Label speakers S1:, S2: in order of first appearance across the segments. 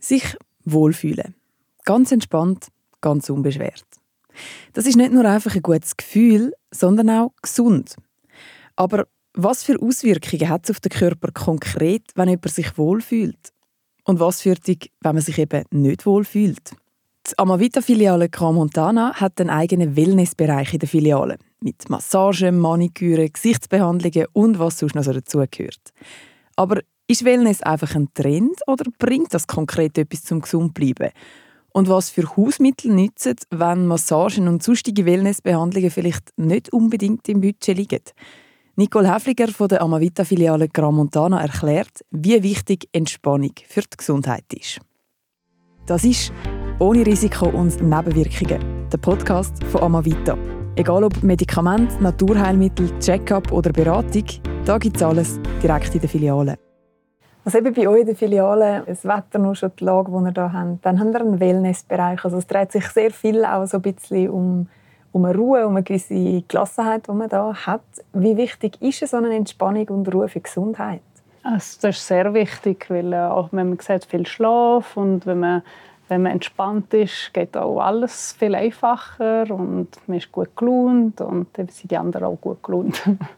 S1: Sich wohlfühlen. Ganz entspannt, ganz unbeschwert. Das ist nicht nur einfach ein gutes Gefühl, sondern auch gesund. Aber was für Auswirkungen hat es auf den Körper konkret, wenn jemand sich wohlfühlt? Und was führt dich, wenn man sich eben nicht wohlfühlt? Die Amavita-Filiale Crans-Montana hat einen eigenen Wellnessbereich in der Filiale. Mit Massagen, Maniküren, Gesichtsbehandlungen und was sonst noch so dazugehört. Aber ist Wellness einfach ein Trend oder bringt das konkret etwas zum Gesundbleiben? Und was für Hausmittel nützen, wenn Massagen und sonstige Wellnessbehandlungen vielleicht nicht unbedingt im Budget liegen? Nicole Häfliger von der Amavita-Filiale Crans-Montana erklärt, wie wichtig Entspannung für die Gesundheit ist. Das ist «Ohne Risiko und Nebenwirkungen», der Podcast von Amavita. Egal ob Medikament, Naturheilmittel, Check-up oder Beratung, da gibt es alles direkt in der Filiale.
S2: Also eben bei euch in der Filiale, das Wetter, nur schon die Lage, die ihr hier habt, dann haben wir einen Wellnessbereich. Also es dreht sich sehr viel auch so ein bisschen um eine Ruhe, um eine gewisse Gelassenheit, die man da hat. Wie wichtig ist so eine Entspannung und Ruhe für die Gesundheit?
S3: Also das ist sehr wichtig, weil auch wenn man sieht, viel Schlaf und wenn man entspannt ist, geht auch alles viel einfacher und man ist gut gelaunt und dann sind die anderen auch gut gelaunt.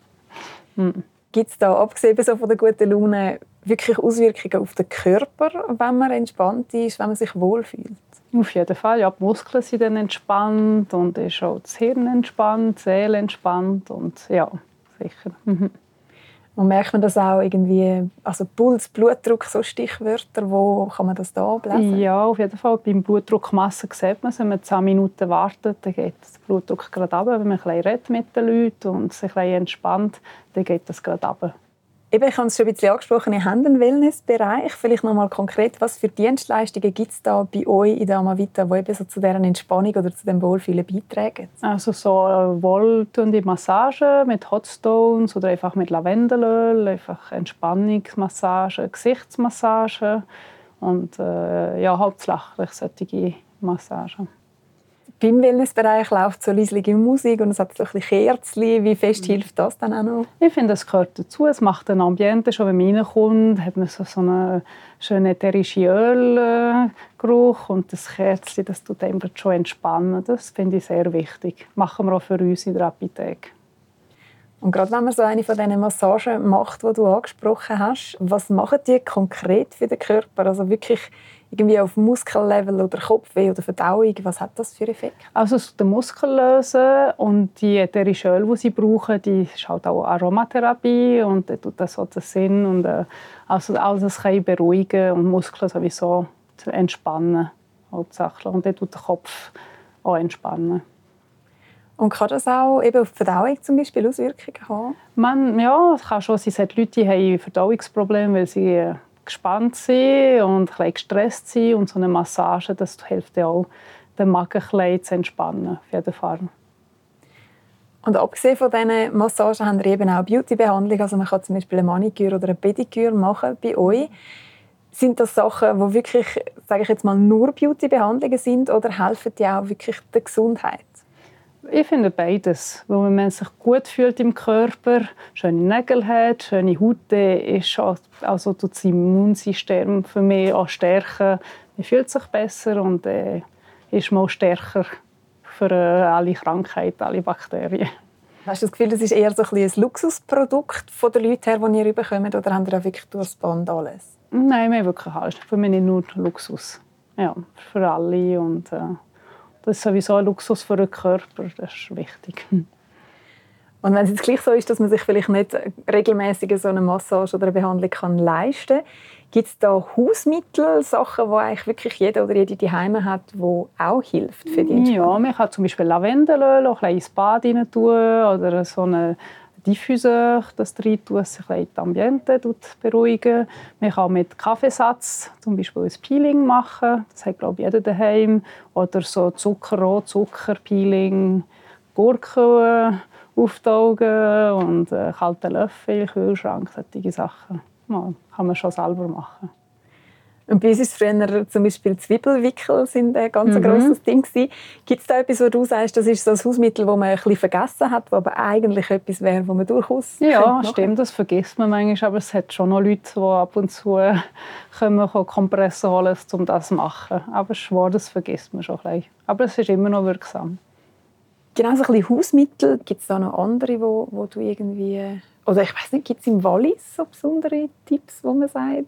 S2: Gibt es da, abgesehen von der guten Laune, wirklich Auswirkungen auf den Körper, wenn man entspannt ist, wenn man sich wohlfühlt?
S3: Auf jeden Fall. Ja, die Muskeln sind dann entspannt und ist auch das Hirn entspannt, die Seele entspannt und ja, sicher.
S2: Und merkt man das auch irgendwie, also Puls, Blutdruck, so Stichwörter, wo kann man das da ablesen?
S3: Ja, auf jeden Fall. Beim Blutdruckmassen sieht man es, wenn man 10 Minuten wartet, dann geht der Blutdruck gerade runter. Wenn man ein bisschen mit den Leuten und sich ein bisschen entspannt, dann geht das gerade runter.
S2: Eben, ich habe es schon ein bisschen angesprochen, ihr habt einen Wellnessbereich. Vielleicht noch mal konkret, was für Dienstleistungen gibt es da bei euch in der Amavita, die eben so zu dieser Entspannung oder zu dem Wohlfühlen beitragen?
S3: Also so wohltuende Massagen mit Hotstones oder einfach mit Lavendelöl, einfach Entspannungsmassagen, Gesichtsmassagen und ja, hauptsächlich solche Massagen.
S2: Beim Wellnessbereich läuft so leisliche Musik und es hat so ein bisschen Kerzchen. Wie fest hilft das dann auch noch?
S3: Ich finde, es gehört dazu. Es macht ein Ambiente. Schon wenn man reinkommt, hat man so einen schönen ätherischen Ölgeruch. Und das Kerzchen, das tut einem schon entspannen. Das finde ich sehr wichtig. Machen wir auch für uns in der Apotheke.
S2: Und gerade wenn man so eine von diesen Massagen macht, die du angesprochen hast, was machen die konkret für den Körper? Also wirklich irgendwie auf Muskellevel oder Kopfweh oder Verdauung, was hat das für Effekt?
S3: Also den Muskel lösen und die ätherischen Öle, die sie brauchen, die ist halt auch Aromatherapie und dann tut das so den Sinn und also alles das kann beruhigen und Muskeln sowieso entspannen hauptsächlich und dann tut der Kopf auch entspannen.
S2: Und kann das auch eben auf die Verdauung zum Beispiel Auswirkungen haben?
S3: Ja, es kann schon sein, dass die Leute haben Verdauungsprobleme, weil sie gespannt sind und ein bisschen gestresst sind. Und so eine Massage, das hilft ja auch, den Magen ein bisschen zu entspannen. Auf jeden Fall.
S2: Und abgesehen von diesen Massagen haben wir eben auch Beauty-Behandlung. Also man kann zum Beispiel eine Maniküre oder eine Pediküre machen bei euch. Sind das Sachen, die wirklich, sage ich jetzt mal, nur Beauty-Behandlungen sind oder helfen die auch wirklich der Gesundheit?
S3: Ich finde beides. Weil wenn man sich gut fühlt im Körper, schöne Nägel hat, schöne Haut, ist also das Immunsystem für mich auch stärker. Man fühlt sich besser und ist man auch stärker für alle Krankheiten, alle Bakterien.
S2: Hast du das Gefühl, das ist eher so ein Luxusprodukt von den Leuten her, die ihr bekommt, oder habt ihr auch wirklich durchs Band alles?
S3: Nein, wir haben wirklich alles. Für mich nicht nur Luxus. Ja, für alle und das ist sowieso ein Luxus für den Körper, das ist wichtig.
S2: Und wenn es jetzt gleich so ist, dass man sich vielleicht nicht regelmäßig so eine Massage oder eine Behandlung leisten kann, gibt es da Hausmittel, Sachen, die eigentlich wirklich jeder oder jede daheim hat, die auch hilft für die Entspannung?
S3: Ja, man kann zum Beispiel Lavendelöl auch ein ins Bad rein tun oder so eine Diffuseur, das rein tun, das das Ambiente beruhigen. Man kann mit Kaffeesatz zum Beispiel ein Peeling machen. Das hat, glaube ich, jeder daheim. Oder so Rohzucker-Peeling, Gurken auf die Augen und kalten Löffel in den Kühlschrank. Solche Sachen kann man schon selber machen.
S2: Und bei uns war früher zum Beispiel Zwiebelwickel sind ein ganz grosses Ding gewesen. Gibt es da etwas, wo du sagst, das ist so ein Hausmittel, das man ein bisschen vergessen hat, das aber eigentlich etwas wäre, das man durchaus
S3: Ja, stimmt, das vergisst man manchmal, aber es hat schon noch Leute, die ab und zu Kompressen holen, um das zu machen. Aber es ist wahr, das vergisst man schon ein bisschen. Aber es ist immer noch wirksam.
S2: Genau, so ein bisschen Hausmittel. Gibt es da noch andere, wo du irgendwie... Oder ich weiss nicht, gibt es im Wallis so besondere Tipps, wo man sagt?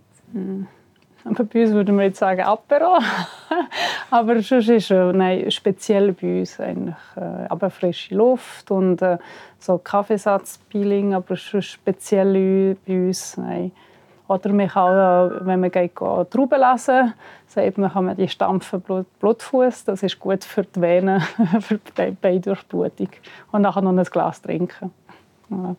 S3: Aber bei uns würden wir jetzt sagen Apero. Aber sonst ist speziell bei uns eigentlich aber frische Luft und so Kaffeesatzpeeling, aber schon speziell bei uns. Nein. Oder man kann, wenn man geht, Trauben lesen, sagt man, kann man die stampfen Blutfuß. Das ist gut für die Venen, für die Beindurchblutung. Und dann noch ein Glas trinken. Ja.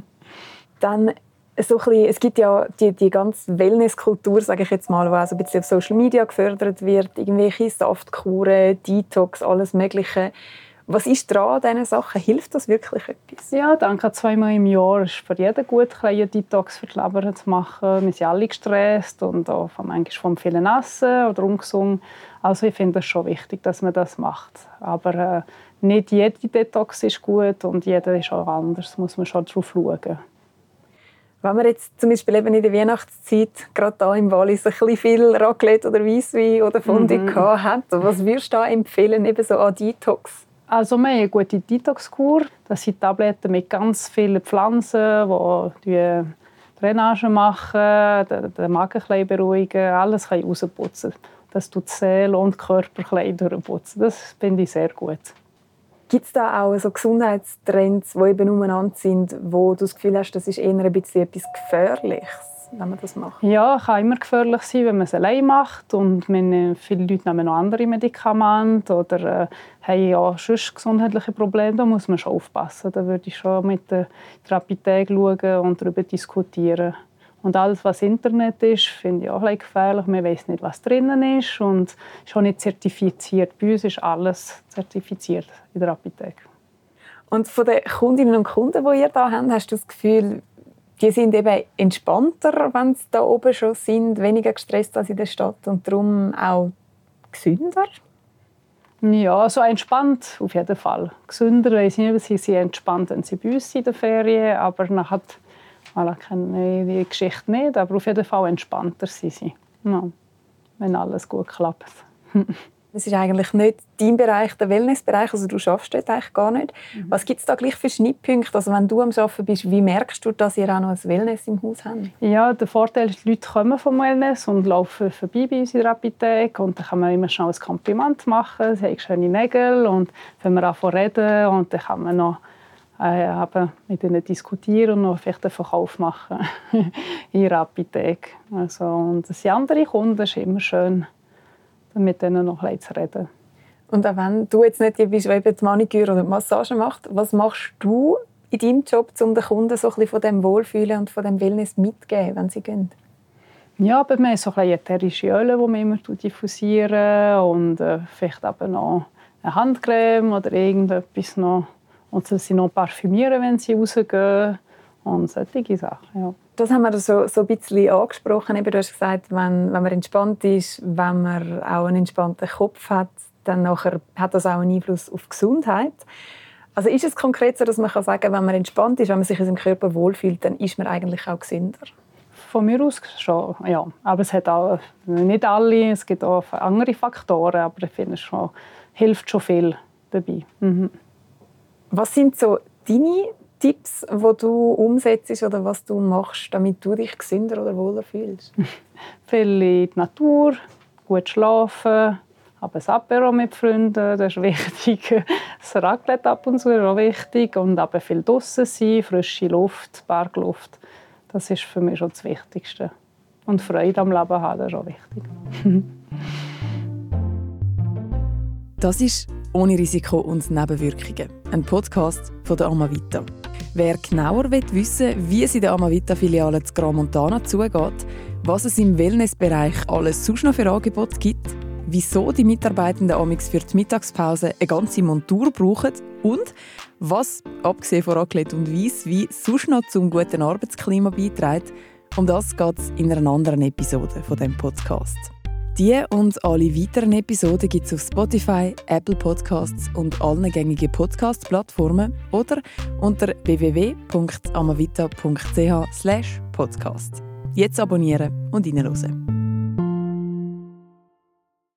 S2: Dann so ein bisschen, es gibt ja die ganze Wellnesskultur, sage ich jetzt mal, die auch so ein bisschen auf Social Media gefördert wird. Irgendwelche Saftkuren, Detox, alles Mögliche. Was ist dran an diesen Sachen? Hilft das wirklich etwas?
S3: Ja, danke. 2-mal im Jahr ist für jeden gut, einen Detox für die Leber zu machen. Wir sind alle gestresst und auch manchmal vom vielen Essen oder ungesund. Also ich finde es schon wichtig, dass man das macht. Aber nicht jeder Detox ist gut und jeder ist auch anders. Da muss man schon drauf schauen.
S2: Wenn man jetzt zum Beispiel eben in der Weihnachtszeit gerade hier im Wallis ein bisschen viel Raclette oder Weisswein oder Fondue hat, was würdest du da empfehlen, eben so an Detox?
S3: Also wir haben eine gute Detox-Kur. Das sind Tabletten mit ganz vielen Pflanzen, die Drainage machen, den Magen beruhigen, alles rausputzen. Das tut die Seele und den Körper durchputzen. Das finde ich sehr gut.
S2: Gibt es da auch so Gesundheitstrends, die eben umeinander sind, wo du das Gefühl hast, das ist eher ein bisschen etwas Gefährliches, wenn man das macht?
S3: Ja, kann immer gefährlich sein, wenn man es allein macht. Und viele Leute nehmen noch andere Medikamente oder haben ja sonst gesundheitliche Probleme. Da muss man schon aufpassen. Da würde ich schon mit der Apotheke schauen und darüber diskutieren. Und alles, was Internet ist, finde ich auch ein gefährlich. Man weiß nicht, was drinnen ist und ist auch nicht zertifiziert. Bei uns ist alles zertifiziert in der Apotheke.
S2: Und von den Kundinnen und Kunden, die ihr da habt, hast du das Gefühl, die sind eben entspannter, wenn sie da oben schon sind, weniger gestresst als in der Stadt und darum auch gesünder?
S3: Ja, also entspannt auf jeden Fall. Gesünder weiss ich nicht, sie sind entspannt, wenn sie bei uns sind in der Ferien, aber nachher kenne ich die Geschichte nicht, aber auf jeden Fall entspannter sind sie. Ja, wenn alles gut klappt.
S2: Das ist eigentlich nicht dein Bereich, der Wellnessbereich, also du arbeitest dort eigentlich gar nicht. Was gibt es da gleich für Schnittpunkte? Also wenn du am Arbeiten bist, wie merkst du, dass ihr auch noch ein Wellness im Haus habt?
S3: Ja, der Vorteil ist, die Leute kommen vom Wellness und laufen vorbei bei uns in der Apotheke und dann kann man immer schnell ein Kompliment machen, sie haben schöne Nägel und wenn wir anfangen zu reden und dann kann man noch mit ihnen diskutieren und noch vielleicht einen Verkauf machen in ihrer Apotheke. Also, und das sind andere Kunden, es ist immer schön, mit denen noch ein bisschen zu reden.
S2: Und auch wenn du jetzt nicht die bist, die die Maniküre oder die Massage macht, was machst du in deinem Job, um den Kunden so ein bisschen von dem Wohlfühlen und von dem Wellness mitzugeben, wenn sie gehen?
S3: Ja, aber wir haben so ein ätherische Öle, die wir immer diffusieren und vielleicht aber noch eine Handcreme oder irgendetwas noch. Und sie noch parfümieren, wenn sie rausgehen und solche Sachen. Ja.
S2: Das haben wir so ein bisschen angesprochen. Du hast gesagt, wenn man entspannt ist, wenn man auch einen entspannten Kopf hat, dann nachher hat das auch einen Einfluss auf die Gesundheit. Also ist es konkret so, dass man sagen kann, wenn man entspannt ist, wenn man sich in seinem Körper wohlfühlt, dann ist man eigentlich auch gesünder?
S3: Von mir aus schon, ja. Aber es hat auch nicht alle, es gibt auch andere Faktoren, aber ich finde, es hilft schon viel dabei.
S2: Was sind so deine Tipps, die du umsetzt oder was du machst, damit du dich gesünder oder wohler fühlst?
S3: Viel in die Natur, gut schlafen, aber ein Apéro mit Freunden, das ist wichtig. Das Raclette ab und zu ist auch wichtig. Und aber viel draussen sein, frische Luft, Bergluft. Das ist für mich schon das Wichtigste. Und Freude am Leben haben, das ist auch wichtig.
S1: Das ist «Ohne Risiko und Nebenwirkungen», ein Podcast von der Amavita. Wer genauer wissen will, wie es in der Amavita-Filiale zu Gramontana zugeht, was es im Wellnessbereich alles sonst noch für Angebote gibt, wieso die Mitarbeitenden amix für die Mittagspause eine ganze Montur brauchen und was, abgesehen von Raclette und Weisswein, sonst noch zum guten Arbeitsklima beiträgt, um das geht es in einer anderen Episode von diesem Podcast. Die und alle weiteren Episoden gibt es auf Spotify, Apple Podcasts und allen gängigen Podcast-Plattformen oder unter www.amavita.ch/podcast. Jetzt abonnieren und reinhören.